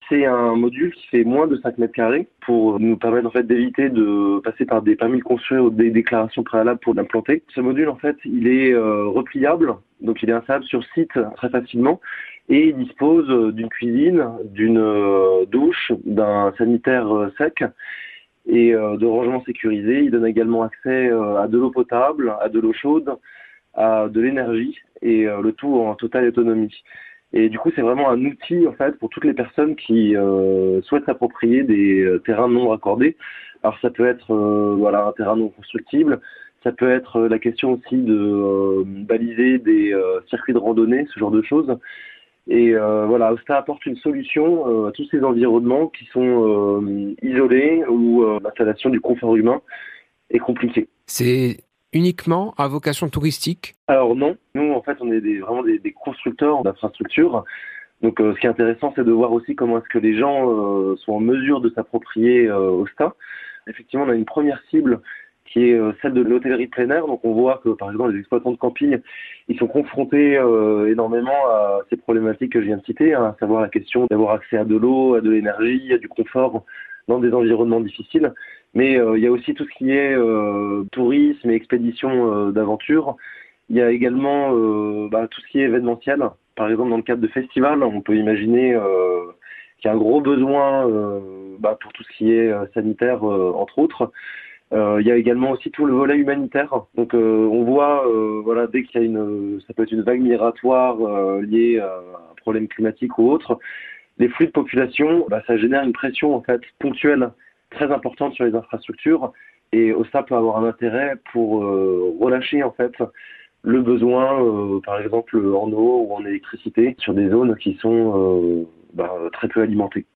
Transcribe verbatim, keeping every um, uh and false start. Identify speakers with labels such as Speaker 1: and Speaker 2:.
Speaker 1: c'est un module qui fait moins de cinq mètres carrés pour nous permettre en fait d'éviter de passer par des permis de construire ou des déclarations préalables pour l'implanter. Ce module en fait, il est euh, repliable, donc il est installable sur site très facilement et il dispose d'une cuisine, d'une euh, douche, d'un sanitaire euh, sec et euh, de rangement sécurisé. Il donne également accès euh, à de l'eau potable, à de l'eau chaude, à de l'énergie et euh, le tout en totale autonomie. Et du coup, c'est vraiment un outil en fait pour toutes les personnes qui euh, souhaitent s'approprier des euh, terrains non raccordés. Alors ça peut être euh, voilà un terrain non constructible, ça peut être euh, la question aussi de euh, baliser des euh, circuits de randonnée, ce genre de choses. Et euh, voilà, Osta apporte une solution euh, à tous ces environnements qui sont euh, isolés où euh, l'installation du confort humain est compliquée.
Speaker 2: C'est uniquement à vocation touristique?
Speaker 1: Alors non, nous en fait on est des, vraiment des, des constructeurs d'infrastructures. Donc euh, ce qui est intéressant c'est de voir aussi comment est-ce que les gens euh, sont en mesure de s'approprier euh, Osta. Effectivement on a une première cible qui est euh, celle de l'hôtellerie plein air. Donc on voit que par exemple les exploitants de camping, ils sont confrontés euh, énormément à ces problématiques que je viens de citer, hein, à savoir la question d'avoir accès à de l'eau, à de l'énergie, à du confort dans des environnements difficiles. Mais euh, il y a aussi tout ce qui est euh, tourisme et expédition euh, d'aventure. Il y a également euh, bah, tout ce qui est événementiel. Par exemple, dans le cadre de festivals, on peut imaginer euh, qu'il y a un gros besoin euh, bah, pour tout ce qui est euh, sanitaire, euh, entre autres. Euh, il y a également aussi tout le volet humanitaire. Donc, euh, on voit, euh, voilà, dès qu'il y a une, ça peut être une vague migratoire euh, liée à un problème climatique ou autre, les flux de population, bah, ça génère une pression en fait ponctuelle très importante sur les infrastructures. Et Osta peut avoir un intérêt pour euh, relâcher en fait le besoin, euh, par exemple en eau ou en électricité, sur des zones qui sont euh, bah, très peu alimentées.